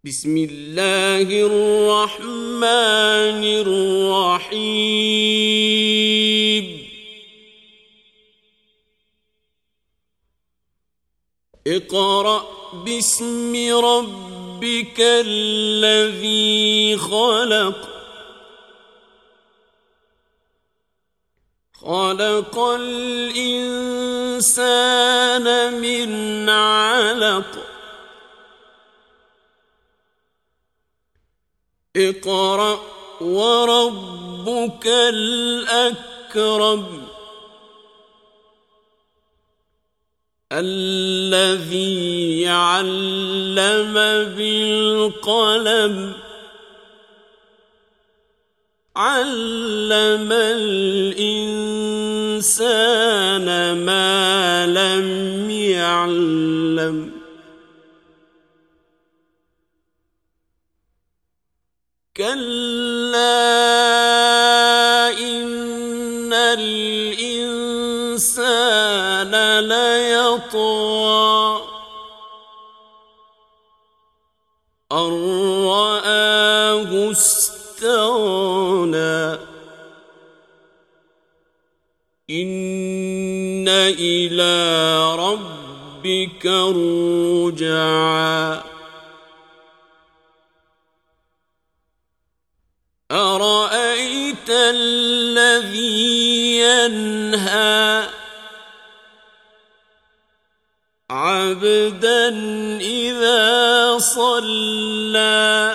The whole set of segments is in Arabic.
بسم الله الرحمن الرحيم اقرأ باسم ربك الذي خلق خلق الإنسان من علق اقرأ وربك الأكرم الذي علم بالقلم علم الإنسان ما لم يعلم كلا إن الإنسان ليطغى أن رآه استغنى إن إلى ربك الرجعى أرأيت الذي ينهى عبدا إذا صلى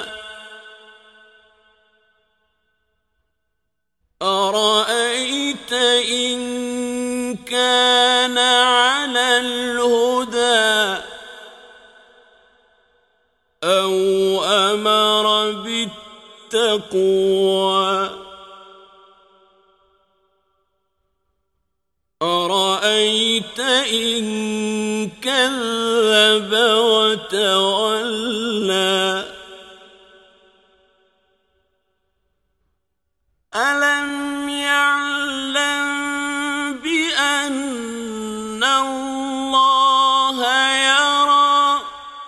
أرأيت إن كان على الهدى أو أمر بالتقوى أرأيت إن كذب وتولى ألم يعلم بأن الله يرى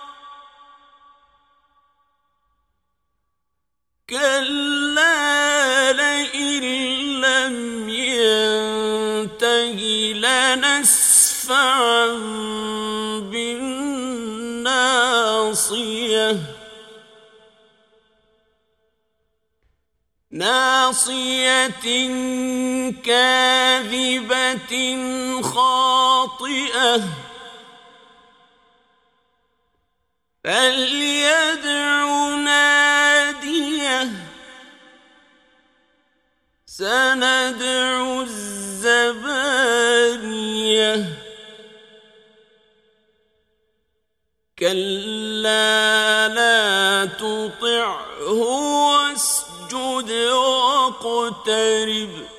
كلا لئن لم ينته لنسفعا بالناصية ناصية كاذبة خاطئة فليدع ناديه سندع الزبانية كلا لا تطعه واسجد واقترب